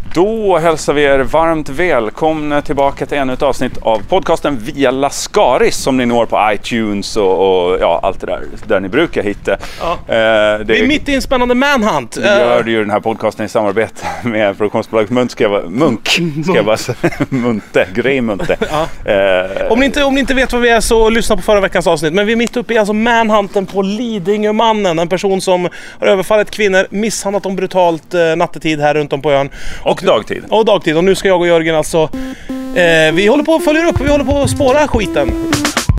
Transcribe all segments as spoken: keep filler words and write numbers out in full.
Då hälsar vi er varmt välkomna tillbaka till ännu ett avsnitt av podcasten Via Lascaris som ni når på iTunes och, och ja, allt det där, där ni brukar hitta. Ja. Eh, det vi är mitt i en spännande manhunt. Vi gör det ju den här podcasten i samarbete med produktionsbolaget Munk, ska jag vara, Munk, ska jag bara säga. Munte, Grej Munte. Ja. Eh. Om, ni inte, om ni inte vet vad vi är så lyssna på förra veckans avsnitt. Men vi är mitt uppe i alltså manhunten på Lidingömannen. En person som har överfallit kvinnor, misshandlat dem brutalt eh, nattetid här runt om på ön. Och dagtid. Och dagtid. Och nu ska jag och Jörgen alltså... Eh, vi håller på att följa upp. Vi håller på att spåra skiten.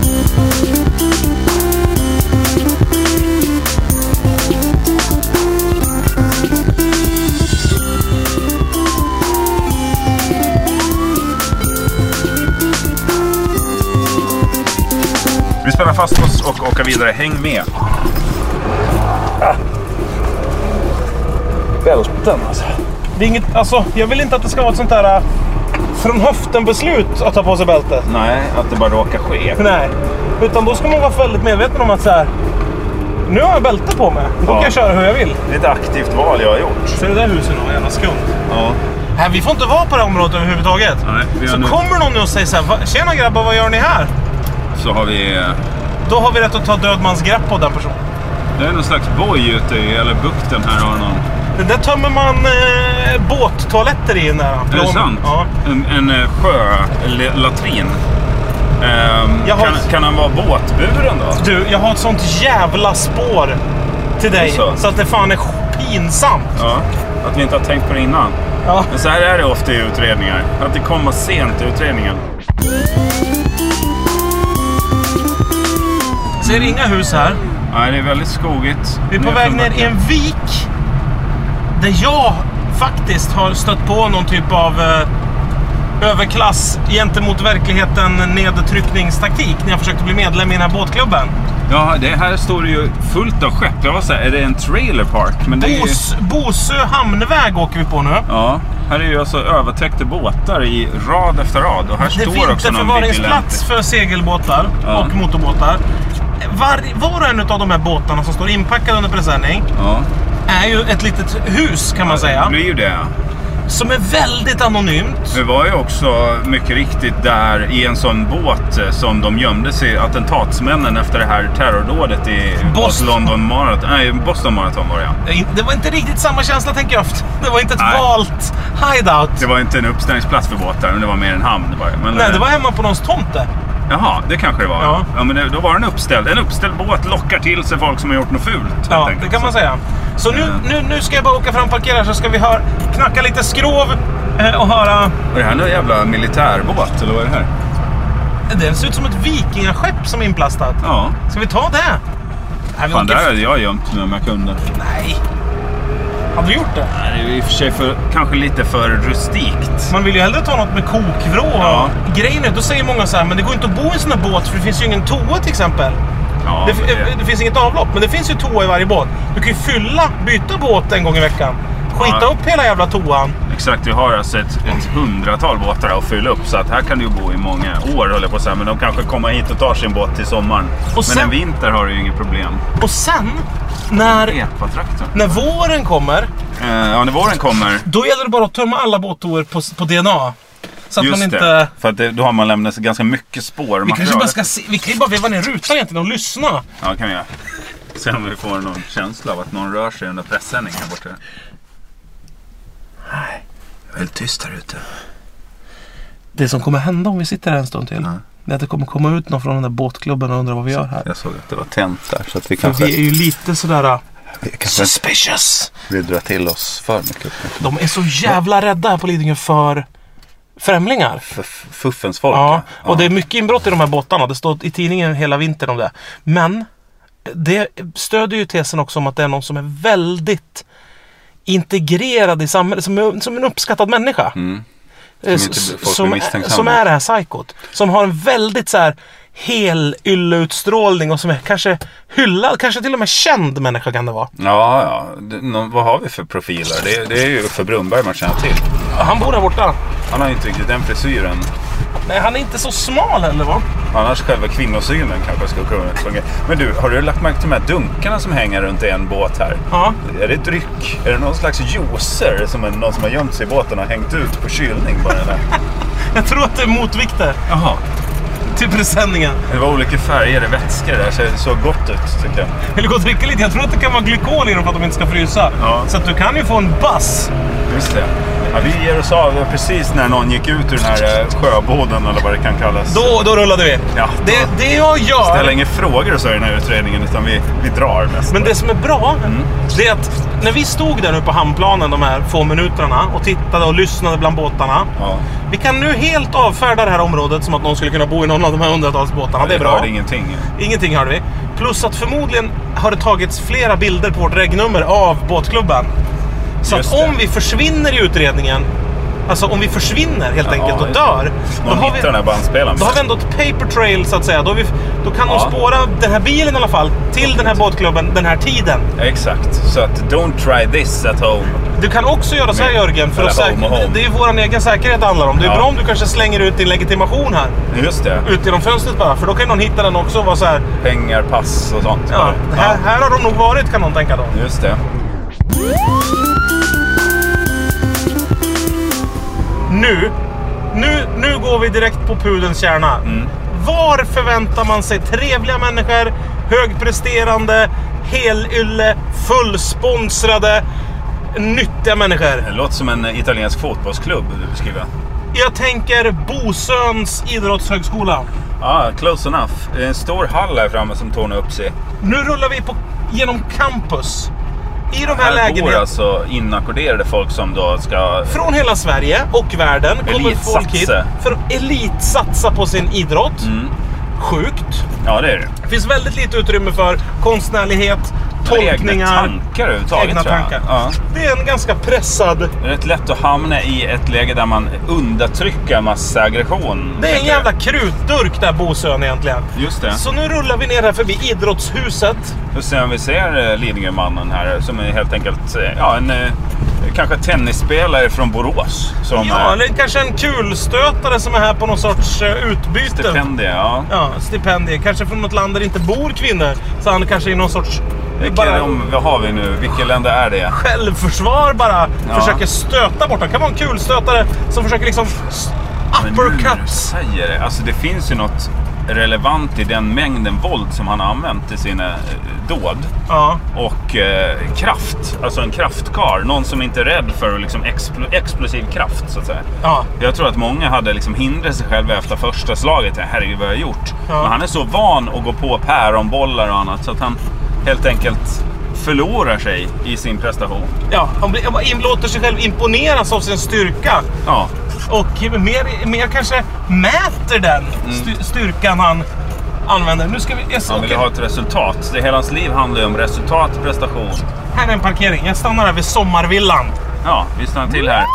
Vi spänner fast oss och åker vidare. Häng med. Ah. Bälten alltså. Det är inget, alltså, jag vill inte att det ska vara ett sånt där uh, från höften beslut att ta på sig bälte. Nej, att det bara råkar ske. Nej, utan då ska man vara väldigt medveten om att så här, nu har jag bälte på mig. Då ja. kan jag köra hur jag vill. Det är ett aktivt val jag har gjort. Så det där huset nu, jävla skumt. Ja. Här, vi får inte vara på det området överhuvudtaget. Nej, vi så nu... kommer någon nu och säger så här, tjena grabbar, vad gör ni här? Så har vi... Då har vi rätt att ta dödmansgrepp på den personen. Det är någon slags boj ute i, eller bukten här har någon... Det där tömmer man eh, båttoaletter i. Där. Är det sant? Ja. En, en sjölatrin. Um, har... kan, kan han vara båtburen då? Du, jag har ett sånt jävla spår till dig. Så, så att det fan är pinsamt. Ja, att vi inte har tänkt på det innan. Ja. Men så här är det ofta i utredningar. Att det kommer sent i utredningen. Ser inga hus här. Nej, det är väldigt skogigt. Vi är på väg ner i en vik. Där jag faktiskt har stött på någon typ av eh, överklass gentemot verkligheten nedtryckningstaktik när jag försökte bli medlem i den här båtklubben. Ja, det här står det ju fullt av skepp. Jag var så här, är det en trailer park? Men det är ju... Bos, Bosö hamnväg åker vi på nu. Ja, här är ju alltså övertäckta båtar i rad efter rad. Och här det står också någon förvaringsplats för segelbåtar ja. och motorbåtar. Var, var och en av de här båtarna som står inpackade under presenning ja. är ju ett litet hus kan man ja, säga. Det blir ju det. Som är väldigt anonymt. Det var ju också mycket riktigt där i en sån båt som de gömde sig attentatsmännen efter det här terrordådet i Boston, London Marathon. Nej, Boston Marathon var det. Det var inte riktigt samma känsla tänker jag. Det var inte ett Nej. valt hideout. Det var inte en uppställningsplats för båtar, men det var mer en hamn bara. Men, Nej, det var hemma på någons tomte. Jaha, det kanske det var. Ja, ja men det, då var det en uppställd. En uppställd båt lockar till sig folk som har gjort något fult. Ja, det kan man säga. Så nu, nu, nu ska jag bara åka fram och parkera så ska vi hör, knacka lite skrov eh, och höra... Är det här någon jävla militärbåt eller vad är det här? Det ser ut som ett vikingaskepp som är inplastat. Ja. Ska vi ta det? Nej, Fan, där hade jag gömt nu om jag kunde. Nej. Hade du gjort det? Nej, det är i och för sig för, kanske lite för rustikt. Man vill ju hellre ta något med kokvrå. Ja. Grejen är, då säger många så här, men det går inte att bo i en sån här båt för det finns ju ingen toa till exempel. Ja, det, det... det finns inget avlopp, men det finns ju toa i varje båt. Du kan ju fylla, byta båt en gång i veckan. Skita ja. upp hela jävla toan. Exakt, vi har alltså ett, ett hundratal båtar att fylla upp. Så att här kan du bo i många år håller på så här, men de kanske kommer hit och tar sin båt till sommaren. Och men sen, en vinter har du ju inget problem. Och sen, när, när våren kommer... Eh, ja, när våren kommer... Då gäller det bara att tömma alla båttoer på, på D N A. Så att Just man inte... det, för att det, då har man lämnat ganska mycket spår. Vi kanske bara ska se, vi kan ju bara veva ner rutan egentligen och lyssna. Ja, kan vi göra. Se om vi får någon känsla av att någon rör sig under pressändningen här borta. Nej, det är väldigt tyst här ute. Det som kommer hända om vi sitter här en stund till, ja. det är att det kommer komma ut någon från den där båtklubben och undra vad vi gör här. Jag såg att det var tänt där. Så att vi för kanske... vi är ju lite sådär... Suspicious. Vi drar till oss för mycket. De är så jävla rädda här på Lidingö för främlingar. För fuffens folk. Ja, och ja. det är mycket inbrott i de här båtarna. Det står i tidningen hela vintern om det. Men det stödjer ju tesen också om att det är någon som är väldigt integrerad i samhället. Som, är, som en uppskattad människa. Mm. Som, som, som är det här psykot. Som har en väldigt så här hel ylleutstrålning och som är kanske hyllad, kanske till och med känd människa kan det vara. Ja, ja. Det, no, vad har vi för profiler? Det, det är ju för Brunberg man känner till. Han bor där borta. Han har inte riktigt den frisyren. Nej, han är inte så smal heller, va? Annars själva kvinnosynen kanske skulle kunna fungera. Men du, har du lagt märke till de här dunkarna som hänger runt en båt här? Ja. Är det dryck? Är det någon slags juicer som är, någon som har gömt sig i båten och hängt ut på kylning bara där? Jag tror att det är motvikter. Jaha. Till presenningen. Det var olika färger i vätskor där, så det såg gott ut tycker jag. Vill du gå och dricka lite? Jag tror att det kan vara glykol i dem för att de inte ska frysa. Ja. Så att du kan ju få en bass. Just det. Ja, vi ger oss av precis när någon gick ut ur den här sjöboden eller vad det kan kallas. Då, då rullade vi. Ja, det, det jag gör... Ställa inga frågor och så i den här utredningen, utan vi, vi drar mest. Men det som är bra, mm. det är att när vi stod där nu på hamnplanen de här få minuterna och tittade och lyssnade bland båtarna. Ja. Vi kan nu helt avfärda det här området som att någon skulle kunna bo i någon av de här hundratals båtarna. Ja, det är bra. Hörde ingenting. Ingenting hörde vi. Plus att förmodligen har det tagits flera bilder på vårt regnummer av båtklubben. Så att om vi försvinner i utredningen, alltså om vi försvinner helt ja, enkelt och dör, då har, vi, den här bandspelaren. Då har vi ändå ett paper trail så att säga. Då, vi, då kan ja. de spåra den här bilen i alla fall till den här båtklubben den här tiden. Exakt, så att don't try this at home. Du kan också göra så här, Jörgen, för att säkra, det, det är ju vår egen säkerhet det handlar om. Det är ja. bra om du kanske slänger ut din legitimation här. Just det. Ut genom fönstret bara, för då kan någon hitta den också och vara så här. Pengar, pass och sånt. Ja, här, ja. här har de nog varit, kan någon tänka då. Just det. Nu, nu, nu går vi direkt på pudelns kärna. Mm. Var förväntar man sig trevliga människor, högpresterande, helylle, fullsponsrade, nyttiga människor? Det låter som en italiensk fotbollsklubb du beskriver. Jag tänker Bosöns idrottshögskola. Ja, ah, close enough. Det är en stor hall här framme som tornar upp sig. Nu rullar vi på, genom campus. I de här, här lägenheterna. Bor alltså inackorderade folk som då ska... Från hela Sverige och världen kommer folk hit för att elitsatsa på sin idrott. Mm. Sjukt. Ja, det är det. Det finns väldigt lite utrymme för konstnärlighet, tolkningar. Egna tankar överhuvudtaget. Egna tankar. Ja. Det är en ganska pressad... Det är rätt lätt att hamna i ett läge där man undertrycker massa aggression. Det är en jävla krutdurk där Bosön egentligen. Just det. Så nu rullar vi ner här förbi idrottshuset. Och sen vi ser Lidingömannen här som är helt enkelt ja, en kanske tennisspelare från Borås. Som ja, eller kanske en kulstötare som är här på någon sorts utbyte. Stipendie, ja. Ja, stipendie. Kanske från något land där det inte bor kvinnor. Så han kanske är någon sorts... Vilka bara, om, vad har vi nu? Vilka länder är det? Självförsvar bara. Ja. Försöker stöta bort. Det kan vara en kulstötare som försöker liksom uppercut. Men nu säger det. Alltså det finns ju något relevant i den mängden våld som han har använt i sina eh, dåd. Ja. Och eh, kraft. Alltså en kraftkar. Någon som inte är rädd för liksom expl- explosiv kraft så att säga. Ja. Jag tror att många hade liksom hindrat sig själva efter första slaget. Herregud vad jag har gjort. Ja. Men han är så van att gå på päronbollar och annat så att han helt enkelt förlorar sig i sin prestation. Ja, han blir, låter sig själv imponeras av sin styrka. Ja. Och mer, mer kanske mäter den st- styrkan han använder. Nu ska vi... Jag han vill ha ett resultat. Det hela hans liv handlar ju om resultat, prestation. Här är en parkering. Jag stannar här vid Sommarvillan. Ja, vi stannar till här.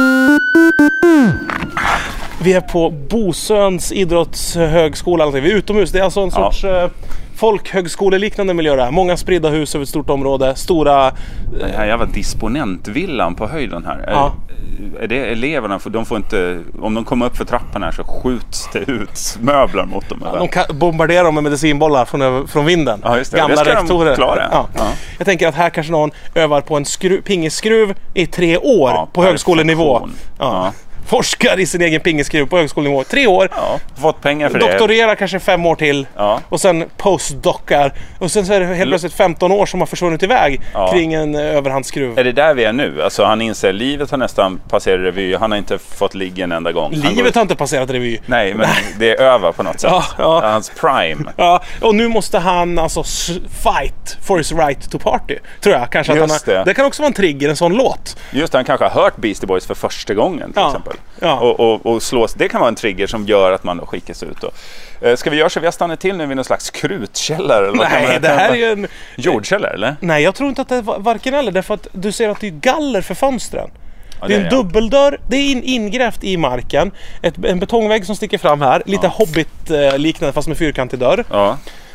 Vi är på Bosöns idrottshögskola. Vi är utomhus. Det är alltså en sorts... Ja. folkhögskoleliknande miljö där. Många spridda hus över ett stort område. Stora... Den här jävla disponentvillan på höjden här. Ja. Är, är det eleverna? För de får inte... Om de kommer upp för trappan här så skjuts det ut möbler mot dem. Ja, de kan bombardera dem med medicinbollar från, från vinden. Ja, just det. Gamla det ska rektorer. De klara. Ja. Ja. Jag tänker att här kanske någon övar på en skru, pingeskruv i tre år ja, på högskolenivå. Ja. Ja. Forskar i sin egen pingeskruv på högskolenivå. Tre år. Ja, fått pengar för doktorerar det. Doktorerar kanske fem år till. Ja. Och sen postdockar. Och sen så är det helt plötsligt femton år som har försvunnit iväg ja. kring en överhandsskruv. Är det där vi är nu? Alltså han inser livet har nästan passerat revy. Han har inte fått ligga en enda gång. Livet går... har inte passerat revy. Nej, men det är över på något sätt. Ja, ja. Hans prime. Ja, och nu måste han alltså fight for his right to party. Tror jag. Kanske att han har... det. det kan också vara en trigger, en sån låt. Just det, han kanske har hört Beastie Boys för första gången till ja. exempel. Ja. Och, och, och slås. Det kan vara en trigger som gör att man då skickas ut. Och, eh, ska vi göra så? Vi har stannat till nu vid någon slags krutkällare. Eller nej, man, det här är ju en... Jordkällare, eller? Nej, jag tror inte att det är varken eller. Därför att du ser att det är galler för fönstren. Ja, det är en det är dubbeldörr. Det är in, ingrävt i marken. Ett, en betongvägg som sticker fram här. Lite ja. Hobbit-liknande fast med fyrkantig dörr. Ja.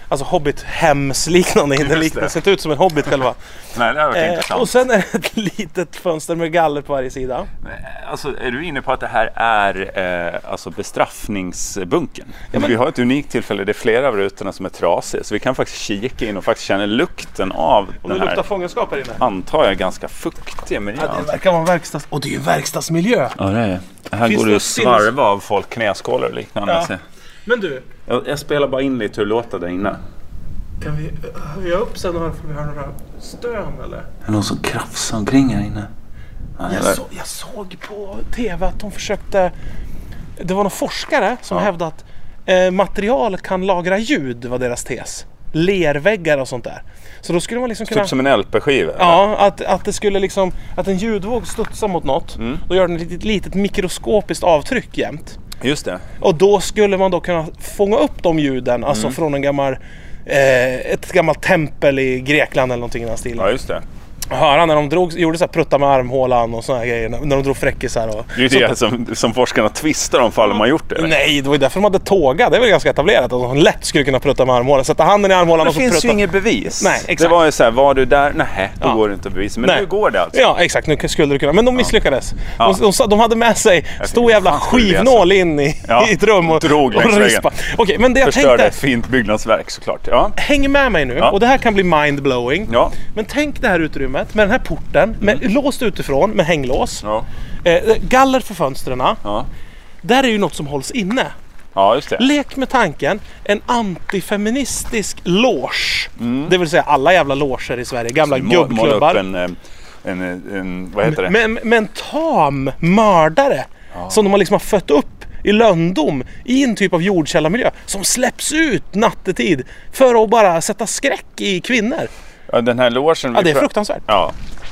alltså Hobbit-hemsliknande innerliknande. Ser inte ut som en Hobbit själva. Nej, det var eh, intressant. Och sen är det ett litet fönster med galler på varje sida. Alltså, är du inne på att det här är eh, alltså bestraffningsbunken? Ja, men... Vi har ett unikt tillfälle, det är flera av rutorna som är trasiga. Så vi kan faktiskt kika in och faktiskt känna lukten av och den det luktar här, fångenskap här inne. antar jag, ganska fuktig miljö. Ja, det verkar vara en verkstads... Och det är ju en verkstadsmiljö. Ja, det är. Här Finns går det att svarva av folk knäskålar och liknande. Ja. Men du... Jag, jag spelar bara in lite hur det låter där inne. Kan vi höja upp sen och höra om vi hör några stön eller? Är det någon som krafsar omkring här inne? Ja, jag, så, jag såg på tv att de försökte... Det var någon forskare som ja. hävdade att eh, material kan lagra ljud, var deras tes. Lerväggar och sånt där. Så då skulle man liksom kunna... Typ som en L P-skiva? Ja, att, att det skulle liksom... Att en ljudvåg studsar mot något. Mm. Då gör den ett litet, litet mikroskopiskt avtryck jämt. Just det. Och då skulle man då kunna fånga upp de ljuden. Alltså mm. från en gammal... Eh, ett gammalt tempel i Grekland eller någonting i den stilen. Ja, just det. Höra när de drog, gjorde så här prutta med armhålan och såna här grejer, när de drog fräckisar och... Det är ju det som, som forskarna tvistar om fall man gjort det. Eller? Nej, det var ju därför de hade tåga. Det är väl ganska etablerat att de lätt skulle kunna prutta med armhålan. Sätta handen i armhålan det och så prutta. Det finns ju inget bevis. Nej, exakt. Det var ju så här, var du där? Nej, då ja. går det inte att bevisa. Men Nej. nu går det alltså. Ja, exakt. Nu skulle det kunna. Men de misslyckades. Ja. De, de, de hade med sig stor jävla skivnål in i, ja. i ett rum och drog längs väggen. Okej, men det jag förstörde tänkte... ett fint byggnadsverk såklart. Ja. Häng med mig nu. Ja. Och det här kan bli mindblowing. Ja. Men tänk det här utrymmet med den här porten. Med, mm. låst utifrån med hänglås. Ja. Eh, galler för fönstren. Ja. Där är ju något som hålls inne. Ja, just det. Lek med tanken. En antifeministisk loge. Mm. Det vill säga alla jävla loger i Sverige. Gamla gubbklubbar. En, en, en, en, vad heter det? Men, men tam mördare. Ja. Som de har liksom har fött upp i löndom i en typ av jordkällarmiljö. Som släpps ut nattetid. För att bara sätta skräck i kvinnor. Ja, den här logen... Ja, det är fruktansvärt. Ja.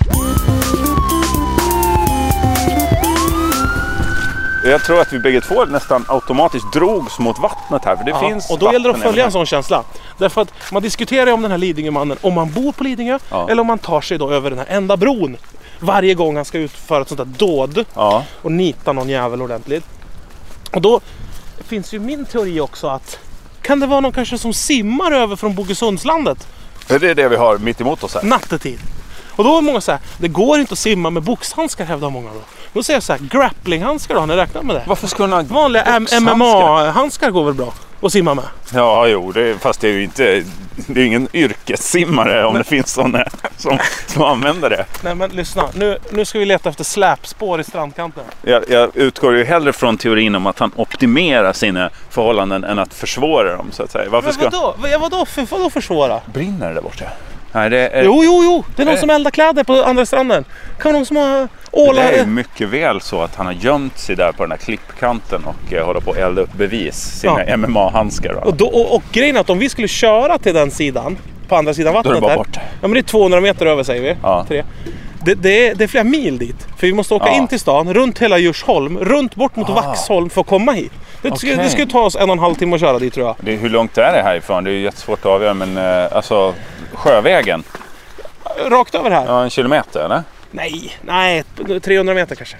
Jag tror att vi bägge två nästan automatiskt drogs mot vattnet här. För det ja, finns och då gäller det att följa en sån känsla. Därför att man diskuterar om den här Lidingömannen, om man bor på Lidingö ja. eller om man tar sig då över den här enda bron. Varje gång han ska utföra ett sånt där dåd ja. och nita någon jävel ordentligt. Och då finns ju min teori också att kan det vara någon kanske som simmar över från Bogesundslandet? Det är det vi har mitt emot oss här. Nattetid. Och då är många så här, det går inte att simma med boxhandskar, hävdar många då. Då säger jag så här, grapplinghandskar då, har ni räknat med det? Varför skulle han vanliga M M A-handskar går väl bra att simma med? Ja, jo, det, fast det är ju inte, det är ingen yrkessimmare om men, det finns sådana som, som använder det. Nej, men lyssna, nu, nu ska vi leta efter släpspår i strandkanten. Jag, jag utgår ju hellre från teorin om att han optimerar sina förhållanden än att försvåra dem, så att säga. Varför men vadå? Ska... Vadå, för, vadå försvåra? Brinner det där borta? Nej, det är... Jo, jo, jo. Det är någon som eldar kläder på andra stranden. Kan någon som har åla... Det är ju mycket väl så att han har gömt sig där på den här klippkanten och eh, håller på att elda upp bevis. Sina ja. M M A-handskar. Och, då, och, och grejen är att om vi skulle köra till den sidan, på andra sidan vattnet då är det bara där. Bort. Ja, men det är tvåhundra meter över, säger vi. Ja. Tre. Det, det, är, det är flera mil dit. För vi måste åka ja. in till stan, runt hela Djursholm, runt bort mot ah. Vaxholm för att komma hit. Det, okay. skulle, det skulle ta oss en och en halv timme att köra dit, tror jag. Det är, hur långt är det härifrån? Det är ju jättesvårt att avgöra, men eh, alltså sjövägen. Rakt över här? Ja, en kilometer, eller? Nej, nej, trehundra meter kanske.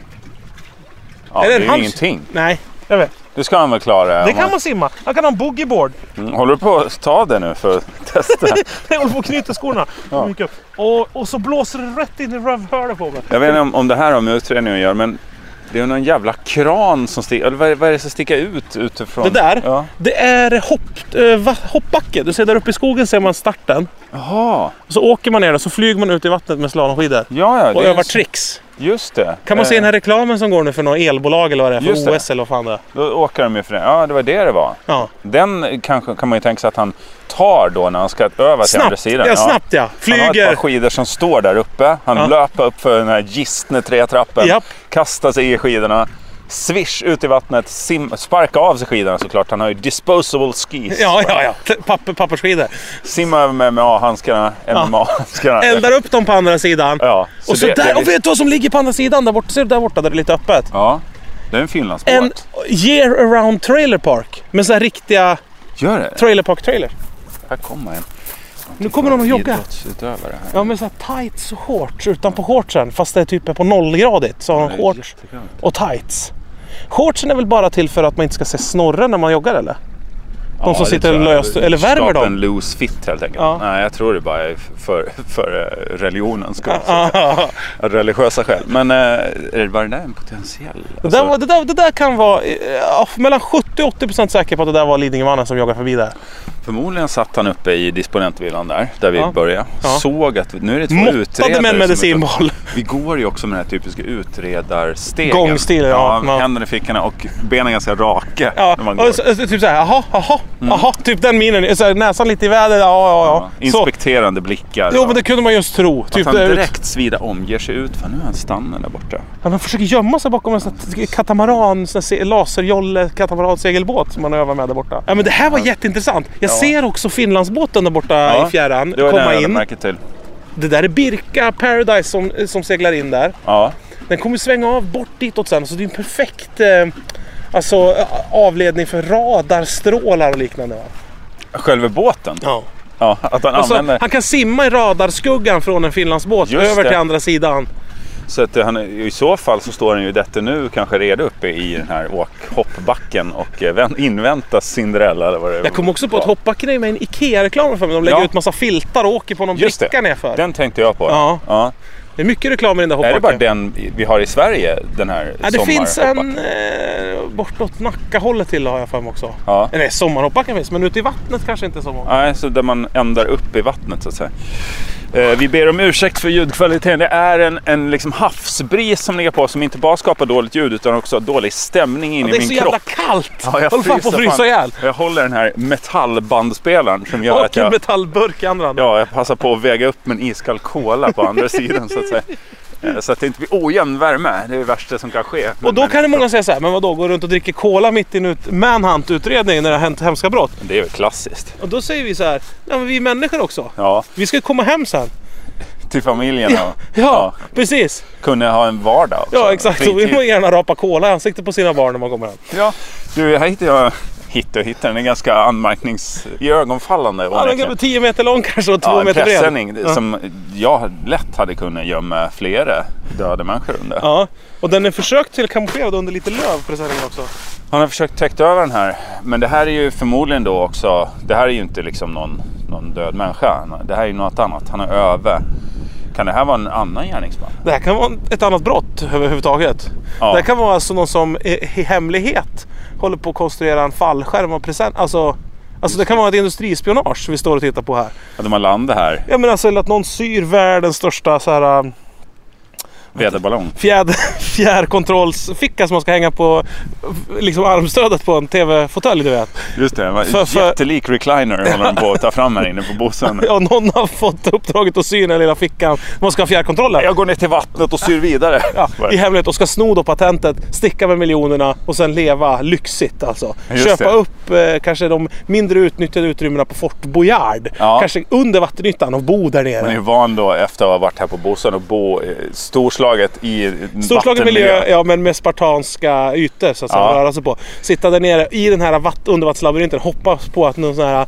Ja, eller det är halv... ingenting. Nej, jag vet. Du ska han väl klara. Det kan man, man simma. Han kan ha en boogieeboard. Mm, håller du på att ta det nu för att testa? Jag håller på att knyta skorna. Ja. Och, och så blåser det rätt in i rövhörde på mig. Jag vet inte om, om det här har med utredningen att göra, men det är någon jävla kran som sticker, eller vad är, vad är det som sticker ut utifrån? Det där, ja. det är hopp, äh, hoppbacke. Du ser där uppe i skogen ser man starten. Jaha. Och så åker man ner och så flyger man ut i vattnet med slalomskidor. Ja, ja, och övar så... tricks. Just det. Kan man se den här reklamen som går nu för någon elbolag eller vad det är, för Just O S det. Eller vad fan det är? Då åker de ju för det. Ja, det var det det var. Ja. Den kanske kan man ju tänka sig att han tar då när han ska öva till snabbt. andra sidan. Ja, snabbt ja. Flyger. Han har ett par skidor som står där uppe. Han ja. löper upp för den här gistne trätrappen. Japp. Kastar sig i skidorna. Swish ut i vattnet, sim, sparka av sig skidorna såklart. Han har ju disposable skis. Ja, ja, ja. Papper, pappersskidor. Simma över med M M A-handskarna. M M A-handskarna. Eldar upp dem på andra sidan. Ja. Så och, så det, där, det och vet du vad som ligger på andra sidan? Där borta, ser du där borta där det är lite öppet? Ja, det är en Finlandsbåt. En year-around trailer park. Med så här riktiga Gör det? trailer park-trailer. Här kommer en. Nu kommer de att jogga. Här. Ja, med så här tights och shorts utanpå shortsen. Fast det är typ på nollgradigt. Så har de shorts och tights. Shortsen är väl bara till för att man inte ska se snorren när man joggar, eller? De ja, som sitter löst, eller värmer dem? En loose fit helt enkelt. Ja. Nej, jag tror det bara är för, för religionens skull. Religiösa skäl. Men är var det där en potentiell? Alltså... Det, där var, det, där, det där kan vara ja, mellan sjuttio till åttio procent säker på att det där var Lidingömannen som joggar förbi där. Förmodligen satt han uppe i disponentvillan där, där vi ja. började. Ja. Såg att nu är det två Måttade utredare. med en medicinboll. Vi går ju också med den här typiska utredarstegen. Gångstil, ja. ja. Händerna i fickorna och benen ganska raka. Ja, när man går. Och så, typ såhär, jaha, jaha, mm. jaha. Typ den minen, så här, näsan lite i väder, ja, ja, ja. ja. Inspekterande så. Blickar. Jo, men det kunde man just tro. Att typ han direkt svida om, ger sig ut, för nu är han stannar där borta. Ja, man försöker gömma sig bakom en sån här katamaran, sån här laserjolle katamaran-segelbåt som man övar med där borta. Ja, men det här var ja. jätteintressant. Jag ja. ser också Finlandsbåten där borta ja. i fjärran det var komma det in. Märke till. Det där är Birka Paradise som, som seglar in där. Ja. Den kommer svänga av bort ditåt sen, så det är en perfekt eh, alltså, avledning för radarstrålar och liknande. Va? Själva båten? Ja. Ja, att han, alltså, använder... han kan simma i radarskuggan från en Finlandsbåt Just över det. till andra sidan. Så att han, i så fall så står han ju detta nu kanske redo uppe i den här åk-hoppbacken och inväntar Cinderella eller vad det är. Jag kom också på att hoppbacken är med en Ikea-reklam för mig. De lägger ja. ut massa filtar och åker på någon bricka nerför. Den tänkte jag på. Ja. ja. Det är mycket reklam i den där hoppbacken. Är det bara den vi har i Sverige, den här ja, det finns en eh, bortåt Nacka-hållet till har jag för mig också. Ja. Nej, sommarhoppbacken finns, men ute i vattnet kanske inte så många. Nej, så där man ändar upp i vattnet så att säga. Eh, vi ber om ursäkt för ljudkvaliteten. Det är en, en liksom havsbris som ligger på som inte bara skapar dåligt ljud utan också dålig stämning in ja, i min kropp. Det är så jävla kallt! Ja, jag håller fan på att frysa ihjäl. Jag håller den här metallbandspelaren som gör och att jag... en metallburk i andra. Ja, jag passar på att väga upp med en iskall kola på andra sidan så att säga. Så att det inte blir ojämn värme. Det är det värsta som kan ske. Och då kan det många säga så här, men vadå, går runt och dricker cola mitt i en ut- Manhunt-utredning när det har hänt hemska brott? Det är väl klassiskt. Och då säger vi så här, ja men vi är människor också. Ja. Vi ska komma hem sen. Till familjen. Ja, ja, ja, precis. Kunna ha en vardag också. Ja, exakt. Och vi må gärna rapa cola i ansiktet på sina barn när man kommer hem. Ja, du, här hittar jag... Hit och hittar den är ganska anmärknings i ögonfallande. Ja, den är tio meter lång kanske och två ja, meter bred. Pressändning ja. som jag lätt hade kunnat gömma flera döda människor under. Ja, och den är försökt till kamouflerad under lite löv pressändningen också. Han har försökt täcka över den här, men det här är ju förmodligen då också, det här är ju inte liksom någon, någon död människa. Det här är ju något annat, han är över. Kan det här vara en annan gärningsman? Det här kan vara ett annat brott överhuvudtaget. Ja. Det här kan vara alltså någon som i hemlighet håller på att konstruera en fallskärm och present. Alltså, alltså det kan vara ett industrispionage vi står och tittar på här. Att man landar här? Ja, men alltså att någon syr världens största så här... Väderballong. Fjärd, fjärrkontrollsficka som man ska hänga på liksom armstödet på en tv-fåtölj, du vet. Just det, en för, för... jättelik recliner håller de på att ta fram här inne på bussen. Ja, någon har fått uppdraget att sy den lilla fickan. Man ska ha fjärrkontrollen. Jag går ner till vattnet och syr vidare. Ja, i hemlighet och ska sno då patentet, sticka med miljonerna och sen leva lyxigt alltså. Just Köpa det. upp eh, kanske de mindre utnyttjade utrymmena på Fort Boyard. Ja. Kanske under vattenytan och bo där nere. Man är ju van då efter att ha varit här på bussen och bo eh, storslag i storslagen miljö, ja, men med spartanska ytor så att säga, ja. röra sig på. Sitta där nere i den här vatt- undervattslabyrinten, hoppas på att någon sån här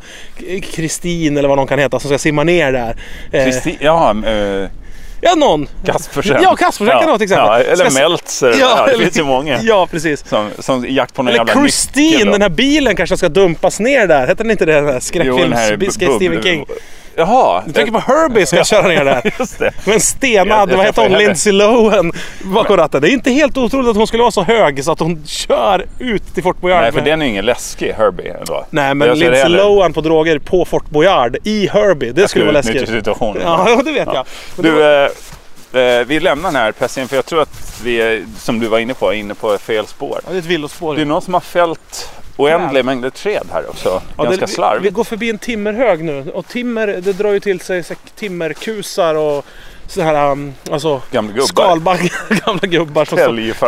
Kristin eller vad någon kan heta som ska simma ner där. Kristin, ja, äh... Ja, någon. Kaspersen. Ja, Kaspersen ja. kan vara till exempel. Ja, eller ska... Meltzer. Ja, ja, det finns ju många. Ja, precis. Som, som jakt på någon eller jävla Christine, den här bilen kanske ska dumpas ner där. Heter den inte det, den här skräckfilms Stephen King? Jaha. Du tänker på Herbie ska köra ner där. Just det. Men stenad, vad heter hon? Lindsay Lohan bakom ratten. Det är inte helt otroligt att hon skulle vara så hög så att hon kör ut till Fort Boyard. Nej, för den är ingen läskig, Herbie. Ändå. Nej, men Lindsay Lohan på droger på Fort Boyard i Herbie, det skulle vara läskigt. Ja, det vet jag. Du, var... eh, vi lämnar den här pressen för jag tror att vi är, som du var inne på, är inne på fel spår. Ja, det är ett villospår. Det är någon som har fällt oändliga mängder träd här också. Ja, ganska det, slarvigt. Vi, vi går förbi en timmerhög nu. Och timmer, det drar ju till sig timmerkusar och så här, um, alltså gamla gubbar. Skalbaggar, gamla gubbar som,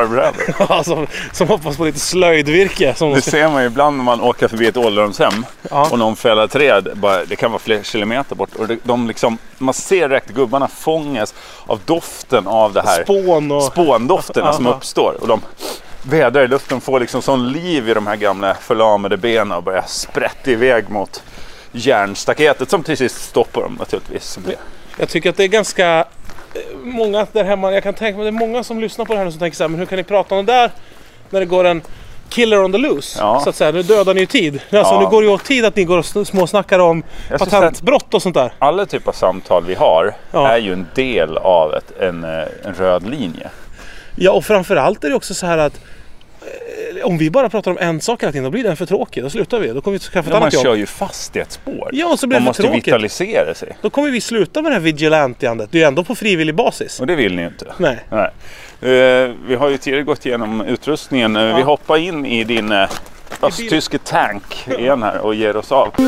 ja, som, som hoppas på lite slöjdvirke. Som det ser man ju ibland när man åker förbi ett ålderdomshem ja. och någon fäller träd, bara, det kan vara flera kilometer bort. Och det, de liksom, man ser direkt gubbarna fångas av doften av det här. Spån och... Spåndofterna ja, som ja. uppstår. Och de vädrar i luften, får liksom sån liv i de här gamla förlamade benen och börjar sprätta iväg mot järnstaketet som till sist stoppar dem naturligtvis. Jag tycker att det är ganska många där hemma, jag kan tänka mig det är många som lyssnar på det här och som tänker så här, men hur kan ni prata om det där när det går en killer on the loose. Ja. Så att säga, nu dödar ni ju tid. Alltså, Ja. nu går det ju åt tid att ni går och småsnackar om Jag skulle patentbrott och sånt där. Alla typer av samtal vi har Ja. är ju en del av ett, en, en röd linje. Ja, och framförallt är det också så här att eh, om vi bara pratar om en sak hela tiden, då blir den för tråkig. Då slutar vi. Då kommer vi skaffa ett Ja, man annat jobb. kör ju fast i ett spår. Ja, och så blir man det för måste tråkigt. vitalisera sig. Då kommer vi sluta med det här vigilantiandet. Det är ju ändå på frivillig basis. Och det vill ni ju inte. Nej. Nej. Uh, vi har ju tidigare gått igenom utrustningen. Uh, Ja. Vi hoppar in i din uh, östtyske tank igen här och ger oss av.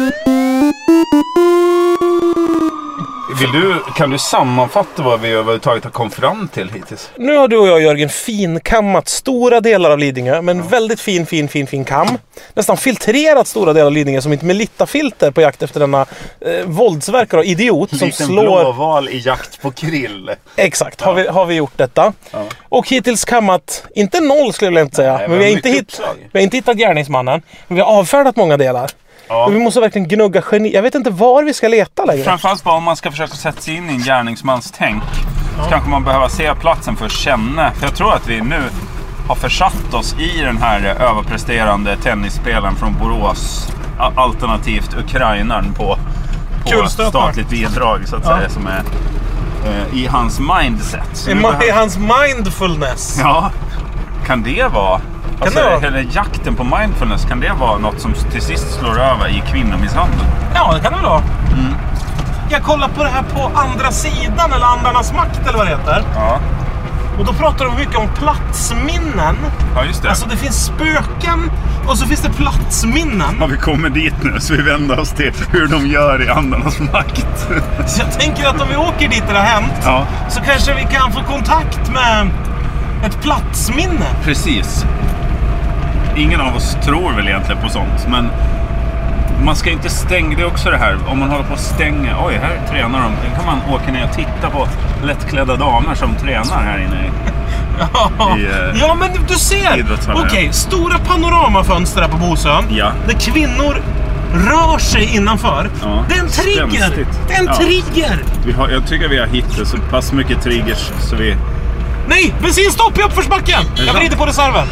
Vill du, kan du sammanfatta vad vi överhuvudtaget har kommit fram till hittills? Nu har du och jag, Jörgen, finkammat stora delar av Lidingö. Men väldigt fin, fin, fin, fin kam. Nästan filtrerat stora delar av Lidingö som inte med Litta-filter på jakt efter denna eh, våldsverkare och idiot som Liten slår... blåval i jakt på krill. Exakt, har, vi, har vi gjort detta. Ja. Och hittills kammat, inte noll skulle jag inte säga. Nej, men vi har, inte mycket hitt, uppslag. vi har inte hittat gärningsmannen. Men vi har avfärdat många delar. Ja. Och vi måste verkligen gnugga geni. Jag vet inte var vi ska leta längre. Framförallt bara om man ska försöka sätta sig in i en gärningsmans tänk. Så kanske man behöver se platsen för att känna. För jag tror att vi nu har försatt oss i den här överpresterande tennisspelaren från Borås. a- Alternativt ukrainaren på, på Kulstötare. statligt bidrag så att Ja. säga. Som är eh, i hans mindset. Så I, nu ma- behöver- I hans mindfulness. Ja, kan det vara... Alltså, det vara? hela jakten på mindfulness, kan det vara något som till sist slår över i kvinnomisshandel? Ja, det kan det väl vara. Mm. Jag kollar på det här på andra sidan, eller andarnas makt eller vad det heter. Ja, Och då pratar de mycket om platsminnen. ja just det. Alltså det finns spöken och så finns det platsminnen. Ja, vi kommer dit nu så vi vänder oss till hur de gör i andarnas makt. Så jag tänker att om vi åker dit där det har hänt, Ja, så kanske vi kan få kontakt med ett platsminne. precis. Ingen av oss tror väl egentligen på sånt, men man ska inte stänga, det är också det här, om man håller på att stänga, oj här tränar de, då kan man åka ner och titta på lättklädda damer som tränar här inne i. Ja, I, eh, ja men du ser! idrottshallen, Okej, ja. stora panoramafönster där på Bosön. Ja. Där kvinnor rör sig innanför. Ja, Det är en trigger! spänstigt. Det är en Ja. trigger! Vi har, jag tycker vi har hittat så pass mycket triggers så vi... Nej! Bensinstopp i uppförsbacken! Jag sant? vrider på reserven.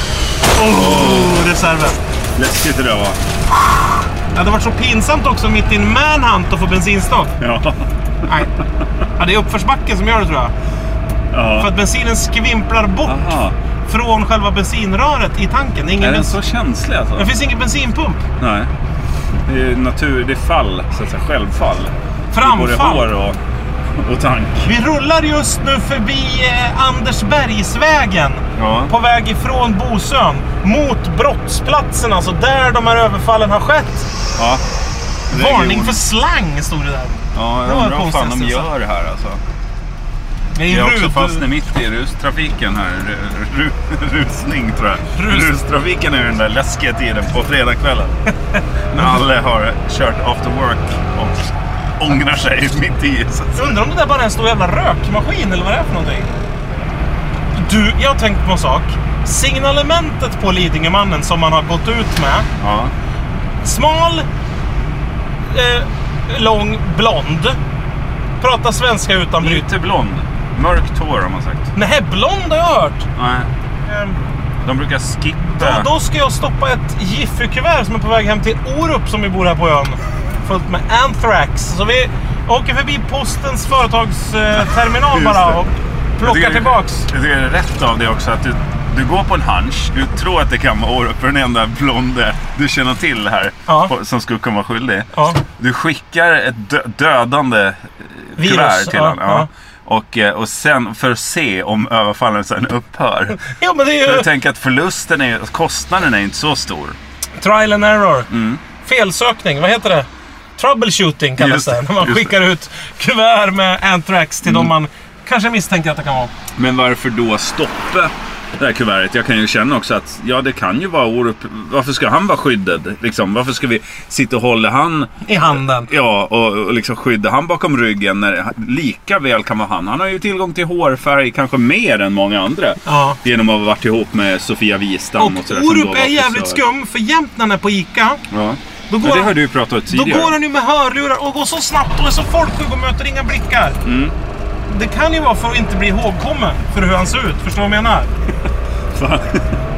Oh, reserven. Läskigt det där var. Det hade varit så pinsamt också mitt i en manhunt att få bensinstopp. Ja. Nej. Ja, det är uppförsbacken som gör det tror jag. För Ja. att bensinen skvimplar bort Aha. från själva bensinröret i tanken. Det är ingen Är den bens- så känslig alltså? Det finns ingen bensinpump. Nej. Det är natur, det är fall, så att säga, självfall. I Framfall. både hår och, och tank. Vi rullar just nu förbi eh, Andersbergsvägen. Ja. På väg ifrån Bosön mot brottsplatsen, alltså där de här överfallen har skett. Ja. Varning Region. för slang stod det där. Ja, Det jag var undrar vad fan de konstigt, gör det här alltså. Det är Vi ju är också rut- fast mitt i rustrafiken här. Ru- ru- rusning tror jag. Rus- Rustrafiken är den där läskiga tiden på fredagskvällen. När alla har kört after work och ångrar sig mitt i. Så att- Undrar om det där bara är en stor jävla rökmaskin eller vad det är för någonting. Du, jag har tänkt på en sak. Signalementet på Lidingömannen som man har gått ut med. Ja. Smal, eh, lång, blond. Pratar svenska utan bryt. Lite blond. Mörkt hår har man sagt. Nej, blond har jag hört. Nej. Ehm, De brukar Då, skippa. då ska jag stoppa ett Jiffy-kuvert som är på väg hem till Orup som vi bor här på ön. Fullt med Anthrax. Så vi åker förbi postens företagsterminal Just bara det. och Jag plockar tycker- tillbaks. Jag tycker det är rätt av det också att du, du går på en hunch. Du tror att det kan vara Orup för den enda blonde du känner till här. Ja. På, som skulle kunna vara skyldig. Ja. Du skickar ett dö- dödande eh, Virus, kuvert till ja, honom. ja. Ja. Och, eh, och sen för att se om överfallen sen upphör. Ja, men det är För ju jag tänker att förlusten är, kostnaden är inte så stor. trial and error. Mm. Felsökning, vad heter det? Troubleshooting kallas Just det. det, När man just skickar ut kuvert med Anthrax till Mm. de man kanske misstänker att det kan vara. Men varför då stoppa det här kuvertet? Jag kan ju känna också att ja, det kan ju vara Orup. Varför ska han vara skyddad? Liksom, varför ska vi sitta och hålla han I handen. ja, och, och liksom skydda han bakom ryggen när lika väl kan vara han. Han har ju tillgång till hårfärg kanske mer än många andra. Ja. Genom att ha varit ihop med Sofia Wistam Och och sådär, som då Orup var är jävligt frisör. skum, för jämt när han är på Ica, Ja. då Men går, det har han, du ju pratat om då tidigare. går han ju med hörlurar och går så snabbt och är så folkskygg och möter inga blickar. Mm. Det kan ju vara för att inte bli ihågkommen för hur han ser ut. Förstår du vad jag menar? Fan.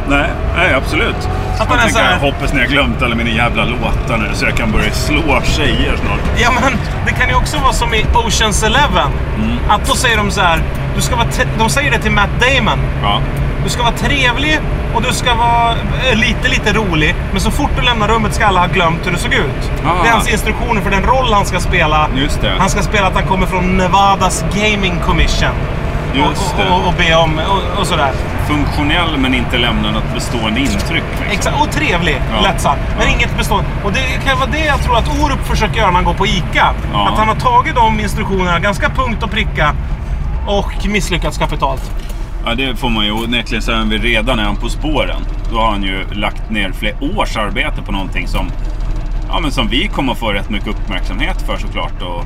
Nej, nej absolut. Att man man är tänker, så här... hoppas ni har glömt alla mina jävla låtar nu så jag kan börja slå tjejer snart. Ja, men det kan ju också vara som i Ocean's Eleven. Mm. Att då säger de så här, du ska vara de säger det till Matt Damon. Ja. Du ska vara trevlig och du ska vara lite, lite rolig. Men så fort du lämnar rummet ska alla ha glömt hur du såg ut. Ah. Det är hans instruktioner för den roll han ska spela. Just det. Han ska spela att han kommer från Nevadas Gaming Commission. Just och, och, och, och be om och, och sådär. Funktionell men inte lämna något bestående intryck. Liksom. Exakt, och trevlig, ja. Lättsam. Men ja. Inget bestående. Och det kan vara det jag tror att Orup försöker göra när han går på ICA. Ja. Att han har tagit de instruktionerna ganska punkt och pricka och misslyckats kapitalt. Ja, det får man ju onekligen säga. Vi redan är han på spåren. Då har han ju lagt ner flera års arbete på någonting som, ja, men som vi kommer att få rätt mycket uppmärksamhet för såklart. Och,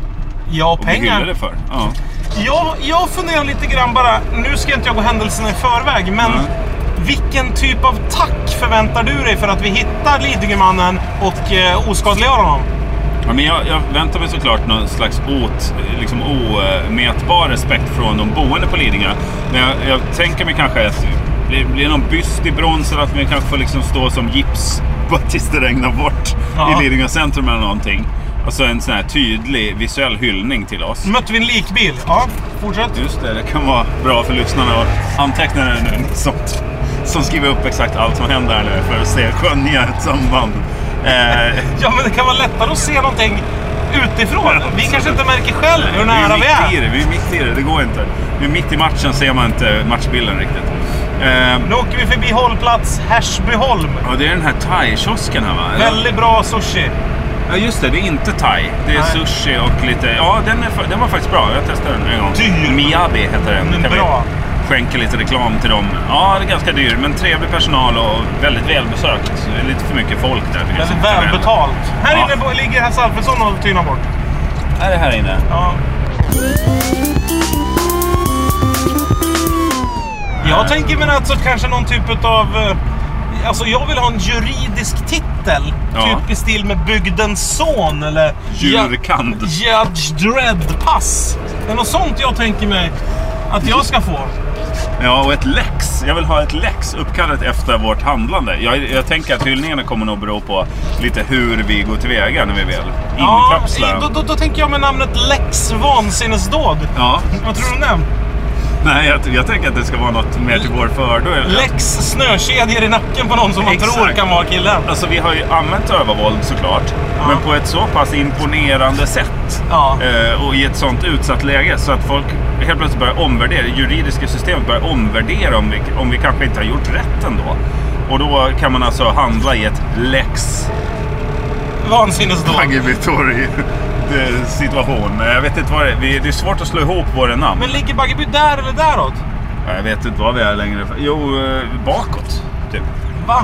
ja, och pengar. Och det för. Ja. Ja, jag funderar lite grann bara. Nu ska inte jag gå händelserna i förväg, men mm. vilken typ av tack förväntar du dig för att vi hittar Lidingömannen och eh, oskadliggör honom? Ja, men jag, jag väntar mig såklart någon slags åt, liksom omätbar respekt från de boende på Lidingö. Men jag, jag tänker mig kanske att det blir någon byst i brons eller att vi kanske får liksom stå som gips tills det regnar bort ja. I Lidingö centrum eller någonting. Alltså en sån här tydlig visuell hyllning till oss. Mötte vi en likbil? Ja, fortsätt. Just det, det kan vara bra för lyssnarna att anteckna det nu. Som, som skriver upp exakt allt som händer här nu för att se skönja ett samband. Eh. Ja, men det kan vara lättare att se någonting utifrån. Vi kanske inte märker själv hur nära vi är. Vi är, vi är mitt i det, det går inte. Vi är mitt i matchen, ser man inte matchbilden riktigt. Eh. Nu åker vi förbi hållplats Härsbyholm. Ja, det är den här thai-kiosken här, va? Väldigt bra sushi. Ja, just det, det är inte thai. Det är Nej. Sushi och lite... Ja, den, är, den var faktiskt bra. Jag testade den en gång. Dyr. Miyabi heter den. Men kan bra. Vi skänka lite reklam till dem. Ja, det är ganska dyr, men trevlig personal och väldigt välbesökt. Lite för mycket folk där. Väldigt välbetalt. Här ja. Inne ligger Hasse Alfredsson och tynar bort. Är det här inne? Ja. Jag tänker mig alltså kanske någon typ av... Alltså jag vill ha en juridisk titel. Ja. Typ i stil med Bygdens son eller Jurkand. Judge Dredd-pass. Det är något sånt jag tänker mig att jag ska få. Ja, och ett lex. Jag vill ha ett lex uppkallat efter vårt handlande. Jag, jag tänker att hyllningarna kommer nog bero på lite hur vi går tillväga när vi väl inkapslar. Ja, då, då, då tänker jag med namnet Lex Vansinnesdåd. Ja. Vad tror du om det? Nej, jag, jag tänker att det ska vara något mer till vår fördel. Lex snökedjor i nacken på någon som man Exakt. Tror kan vara killen. Alltså vi har ju använt övervåld såklart. Ja. Men på ett så pass imponerande sätt. Ja. Eh, och i ett sånt utsatt läge. Så att folk helt plötsligt börjar omvärdera. Det juridiska systemet börjar omvärdera om vi, om vi kanske inte har gjort rätt ändå. Och då kan man alltså handla i ett lex. Vansinnesdåd. Baggebytorg situation. Jag vet inte vad det är. Det är svårt att slå ihop våra namn. Men ligger Baggeby där eller däråt? Jag vet inte vad vi är längre. Jo, bakåt. Typ. Va?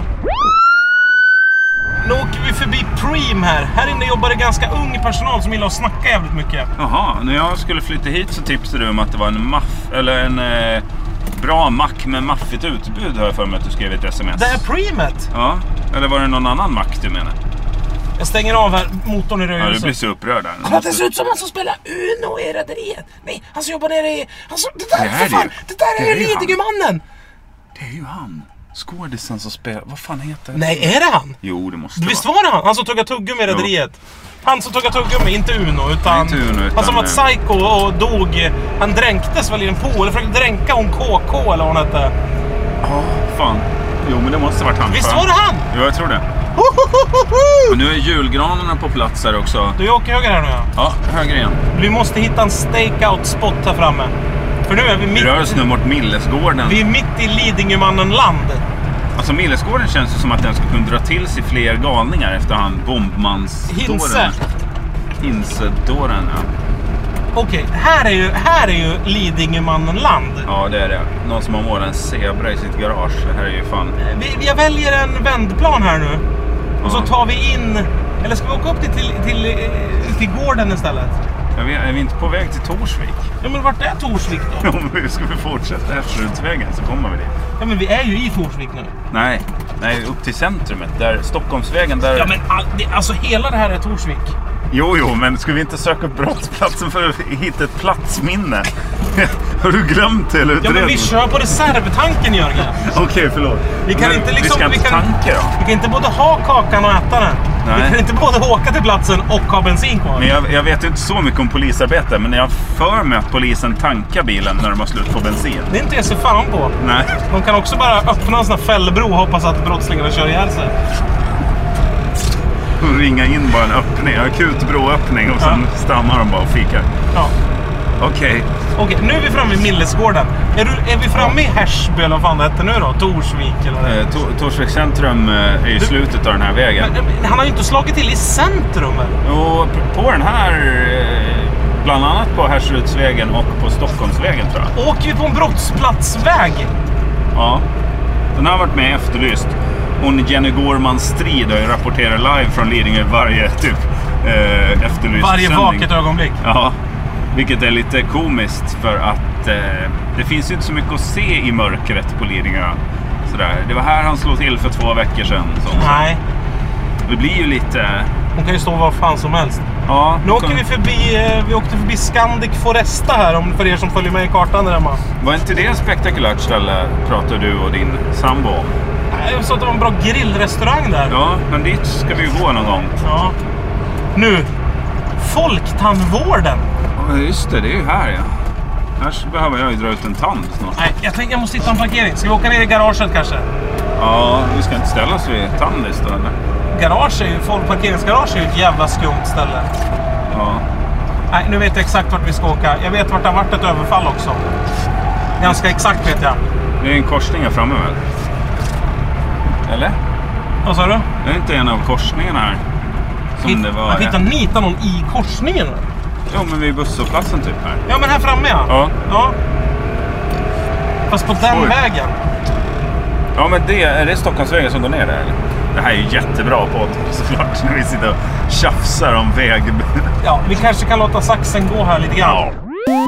Nu åker vi förbi Preem här. Här inne jobbar det ganska ung personal som gillar att snacka jävligt mycket. Jaha, när jag skulle flytta hit så tipsade du om att det var en maff... Eller en eh, bra mack med maffigt utbud har jag för mig att du skrev ett sms. Det är Preemet? Ja, eller var det någon annan mack du menar? Jag stänger av här, motorn i rörelse. Ja, du blir så upprörd där. Han det ser ut som han som spelar Uno i Rederiet. Nej, han som jobbar nere i... Han som, det där, det är fan, det där är, är Lidingömannen. Det är ju han. Skådisen som spelar... Vad fan heter det? Nej, är det han? Jo, det måste Visst var det han? Han som tog tuggummi i Rederiet. Han som tog tuggummi, inte Uno, utan... Inte Uno, utan... Han som var ett psycho och dog... Han dränktes väl i en pool. Eller försökte dränka hon K K eller vad hon hette. Ja, oh, fan. Jo, men det måste ha varit han. Visst var det han? Jo, jag tror det. Och nu är julgranarna på plats här också. Du åker höger här nu, ja? Ja, höger igen. Vi måste hitta en stakeout-spot här framme. För nu är vi mitt... Vi rör oss nu mot Millesgården. Vi är mitt i Lidingömannen-land. Alltså Millesgården känns det som att den ska kunna dra till sig fler galningar efter han bombmans... Hinse. Hinse-dåren, ja. Okej, okay, här är ju, här är ju Lidingömannen-land. Ja, det är det. Någon som har målat en zebra i sitt garage. Det här är ju fan... Vi, jag väljer en vändplan här nu. Och ja. Så tar vi in... Eller ska vi åka upp till, till, till, till gården istället? Ja, vi, är vi inte på väg till Torsvik? Ja, men vart är Torsvik då? Ja, men ska vi fortsätta Härsrundsvägen så kommer vi dit. Ja, men vi är ju i Torsvik nu. Nej, nej upp till centrumet. Där Stockholmsvägen, där... Ja, men all, det, alltså hela det här är Torsvik. Jo, jo, men ska vi inte söka upp brottsplatsen för att hitta ett platsminne? Har du glömt hela utredningen? Ja, men vi kör på reservtanken, Jörgen. Okej, okay, förlåt. Vi kan men inte liksom... Vi ska inte vi kan, tanka då? Vi kan inte både ha kakan och äta den. Nej. Vi kan inte både åka till platsen och ha bensin kvar. Men jag, jag vet ju inte så mycket om polisarbete, men jag för mig att polisen tankar bilen när de har slut på bensin. Det är inte jag så fan på. Nej. De kan också bara öppna en sån här fällbro och hoppas att brottslingarna kör ihjäl sig. Och ringa in bara en öppning, akut broöppning och sen ja. stannar de bara och fikar. Ja. Okej. Okay. Okej, okay, nu är vi framme i Millesgården. Är, du, är vi framme i Härsby eller vad fan det heter nu då? Torsvik eller? Eh, to, Torsvik centrum eh, är i du, slutet av den här vägen. Men, han har ju inte slagit till i centrum eller? Och på den här, eh, bland annat på Härsrudsvägen och på Stockholmsvägen tror jag. Åker vi på en brottsplatsväg? Ja, den har varit med efterlyst. Hon Jenny Gårman Strid har ju rapporterat live från Lidingö varje typ eh, efterlyst varje sändning. vaket ögonblick. Ja, vilket är lite komiskt för att eh, det finns ju inte så mycket att se i mörkret på Lidingö. Sådär. Det var här han slog till för två veckor sedan. Nej. Det blir ju lite... Hon kan ju stå var fan som helst. Ja, nu åker kan... vi förbi, vi åkte förbi Scandic Foresta här, om för er som följer med i kartan där hemma. Var inte det ett spektakulärt ställe, pratar du och din sambo om? Jag sa att det var en bra grillrestaurang där. Ja, men dit ska vi gå någon gång. Ja. Nu, Folktandvården. Ja, just det, det är ju här ja. Här behöver jag ju dra ut en tand snart. Nej, jag tänkte jag måste hitta en parkering. Ska vi åka ner i garaget kanske? Ja, vi ska inte ställa oss vid Tandis då eller? Garage är ju, folkparkeringsgarage är ju ett jävla skumt ställe. Ja. Nej, nu vet jag exakt vart vi ska åka. Jag vet vart det har varit ett överfall också. Ganska exakt vet jag. Det är en korsning här framme väl? Eller? Vad sa du? Det är inte en av korsningarna här. Som Hitt, det var. Att hitta nita någon i korsningen? Jo, men vi är busshållplatsen typ här. Ja, men här framme ja. Ja. ja. Fast på den Oj. vägen. Ja, men det, är det Stockholmsvägen som går ner där eller? Det här är ju jättebra på såklart när vi sitter och tjafsar om väg. Ja, vi kanske kan låta saxen gå här lite grann. Ja.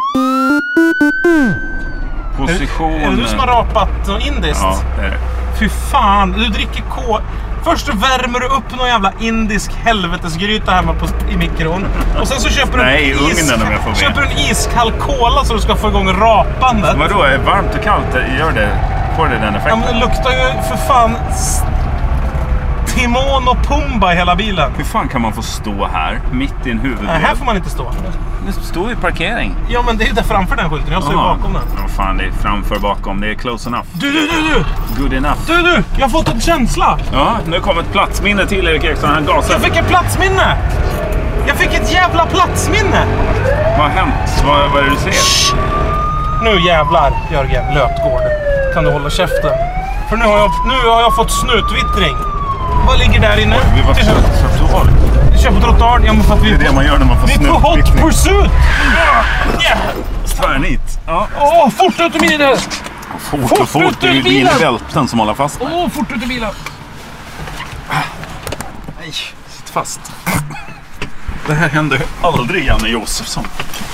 Position. Är, är det du som har rapat något indiskt? Ja, det är det. Fy fan, du dricker ko... Först värmer du upp någon jävla indisk helvetesgryta hemma på, i mikron. Och sen så köper du Nej, en, is, om jag får köper en iskall cola så du ska få igång rapandet. Vadå, är varmt och kallt? Gör det, får det den effekten? Ja, men det luktar ju för fan Timon och Pumba i hela bilen. Hur fan kan man få stå här mitt i en huvudväg? Nej, här får man inte stå. Det står ju parkering. Ja, men det är ju där framför den skylten. Jag står ju bakom den. Ja, fan, det är framför bakom. Det är close enough. Du, du, du, du! Good enough. Du, du! Jag har fått en känsla. Ja, nu kommer ett platsminne till Erik Eriksson. Han gasar. Jag fick ett platsminne! Jag fick ett jävla platsminne! Vad har hänt? Vad, vad är det du ser? Shh. Nu jävlar, Jörgen Lötgård. Kan du hålla käften? För nu har jag, nu har jag fått snutvittring. Vad ligger där inne? Oj, vi var på trottoar. Vi kör på trottoar. Ja, men för att vi det är det man gör när man får snutvittring. Vi är på hot pursuit! Yeah. Tvärnit. Ja. Åh, fort ut ur bilen! Fort och fort, fort det är ju bilbälten som håller fast. Åh, fort ut ur bilen! Nej, sitt fast. Det här händer aldrig, Janne Josefsson.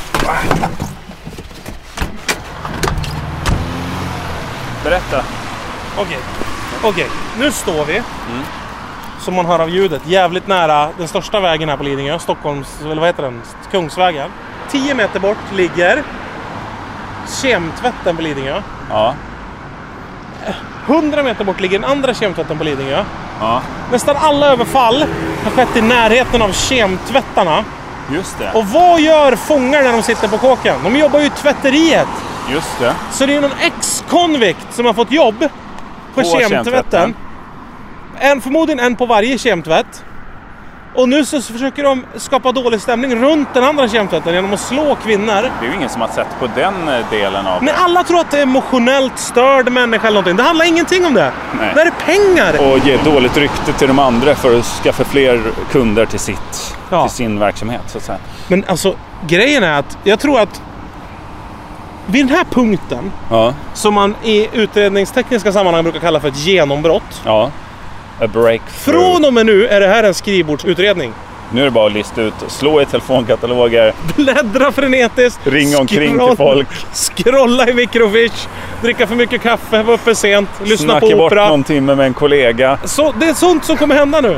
Berätta. Okej, okay. okej. Okay. Nu står vi, mm. som man hör av ljudet, jävligt nära den största vägen här på Lidingö, Stockholms, eller vad heter den? Kungsvägen. Tio meter bort ligger kemtvätten på Lidingö. Ja. Hundra meter bort ligger den andra kemtvätten på Lidingö. Ja. Nästan alla överfall har skett i närheten av kemtvättarna. Just det. Och vad gör fångar när de sitter på kåken? De jobbar ju i tvätteriet. Just det. Så det är någon ex-konvikt som har fått jobb på, på kemtvätten. En, förmodligen en på varje kemtvätt. Och nu så försöker de skapa dålig stämning runt den andra kemtvätten genom att slå kvinnor. Det är ju ingen som har sett på den delen av det. Nej, alla tror att det är emotionellt störd människa eller någonting. Det handlar ingenting om det. Nej. Det är pengar. Och ge dåligt rykte till de andra för att skaffa fler kunder till, sitt, ja. till sin verksamhet. Så att säga. Men alltså, grejen är att jag tror att vid den här punkten, ja. som man i utredningstekniska sammanhang brukar kalla för ett genombrott. Ja. A breakthrough. Från och med nu är det här en skrivbordsutredning. Nu är det bara att lista ut, slå i telefonkataloger, bläddra frenetiskt, ringa omkring scroll, till folk, scrolla i microfiche, dricka för mycket kaffe, vara uppe sent, lyssna snacka på opera. Snacka bort någon timme med en kollega. Så, det är sånt som kommer hända nu.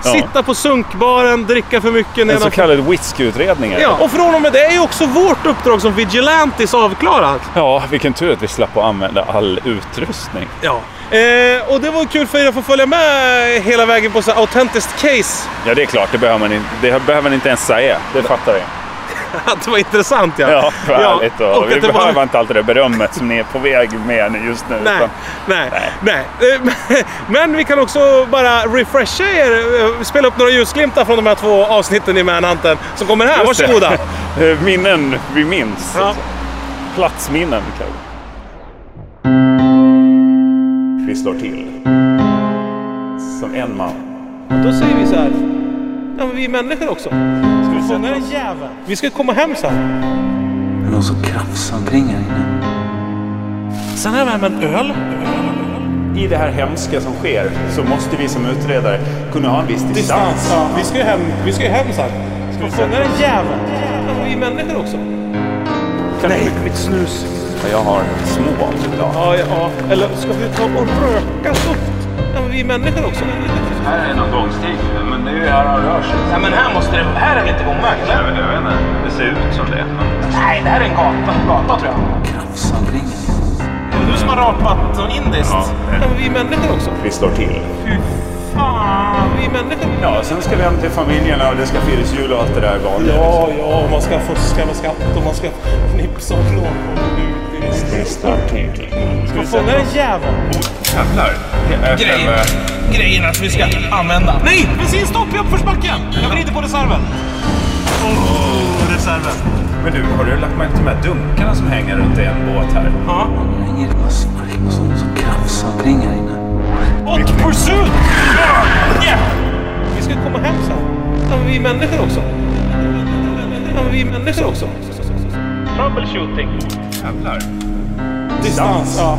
Sitta på sunkbaren, dricka för mycket. En så kallad whiskyutredning. Ja, och från och med det är ju också vårt uppdrag som vigilantis avklarat. Ja, vilken tur att vi slapp att använda all utrustning. Ja. Eh, och det var kul för er att få följa med hela vägen på så autentiskt case. Ja, det är klart. Det behöver man inte, det behöver man inte ens säga. Det fattar jag. Att det var intressant, ja. Ja, för ja, ärligt. Och och vi behöver var... inte alltid det berömmet som ni är på väg med just nu. Nej, utan... nej, nej, nej. Men vi kan också bara refresha er. Spela upp några ljusglimtar från de här två avsnitten i Manhunten som kommer här. Just varsågoda. Det. Minnen vi minns. Ja. Platsminnen kanske. Vi slår till. Som en man. Då säger vi så här. Ja, men vi är människor också. Ska vi fånga den jäveln? Vi ska komma hem sen. Det är någon som krafsar omkring här inne. Sen är det med en öl. I det här hemska som sker så måste vi som utredare kunna ha en viss distans. Distans, ja. Vi ska ju hem, vi ska ju hem sen. Ska vi fånga den jäveln? Ja, men vi är människor också. Kan Nej, vi... mitt snus. Ja, jag har små idag. Ja, ja, eller ska vi ta och röka så? Ja, men vi är människor också. Här är någon gångstig, men det är ju här han rör sig. Ja, men här måste det, här är det inte gångväg, eller? Jag vet, jag vet inte, det ser ut som det. Nej, det här är en gata, gata tror jag. Krafsar omkring här. Det är du som har rapat något indiskt. Ja, ja, men vi är människor också. Vi slår till. Fy fan, vi är människor. Ja, sen ska vi hem till familjerna och det ska firas jul och allt det där vanliga. Ja, ja, man ska fuska med skatt och man ska knipsa och klå. Vi slår till. Ska vi fånga den jäveln? Jävlar. Grejen. Grejen att vi ska använda. Nej, bensinstopp i uppförsbacken. Jag vrider på reserven. Åh, oh, reserven. Men du, har du lagt märke till de här dunkarna som hänger runt i en båt här? Ja. Det ringer en massa som, som krafsar omkring här inne. Hot pursuit! Yeah! Vi ska komma hem sen. Ja, men vi är människor också. Ja, men vi är människor också. Troubleshooting. Jävlar. Distans. Ja.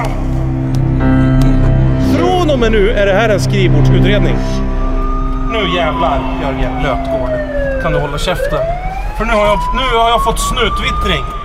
Från och med nu är det här en skrivbordsutredning. Nu jävlar, Jörgen Lötgård. Kan du hålla käften? För nu har jag, nu har jag fått snutvittring.